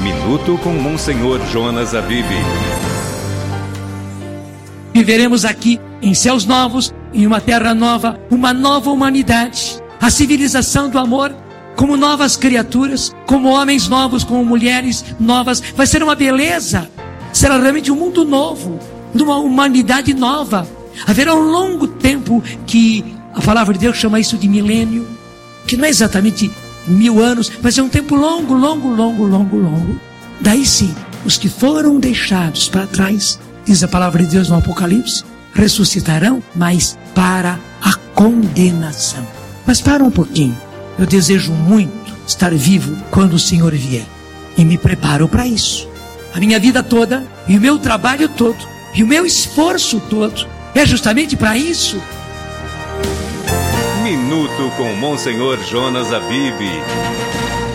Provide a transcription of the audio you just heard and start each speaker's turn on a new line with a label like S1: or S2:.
S1: Minuto com Monsenhor Jonas Abib.
S2: Viveremos aqui em céus novos, em uma terra nova, uma nova humanidade. A civilização do amor, como novas criaturas, como homens novos, como mulheres novas. Vai ser uma beleza. Será realmente um mundo novo, uma humanidade nova. Haverá um longo tempo que a palavra de Deus chama isso de milênio, que não é exatamente 1000 anos, mas é um tempo longo. Daí sim, os que foram deixados para trás, diz a palavra de Deus no Apocalipse, ressuscitarão, mas para a condenação. Mas para um pouquinho, eu desejo muito estar vivo quando o Senhor vier, e me preparo para isso. A minha vida toda, e o meu trabalho todo, e o meu esforço todo, é justamente para isso.
S1: Minuto com Monsenhor Jonas Abib.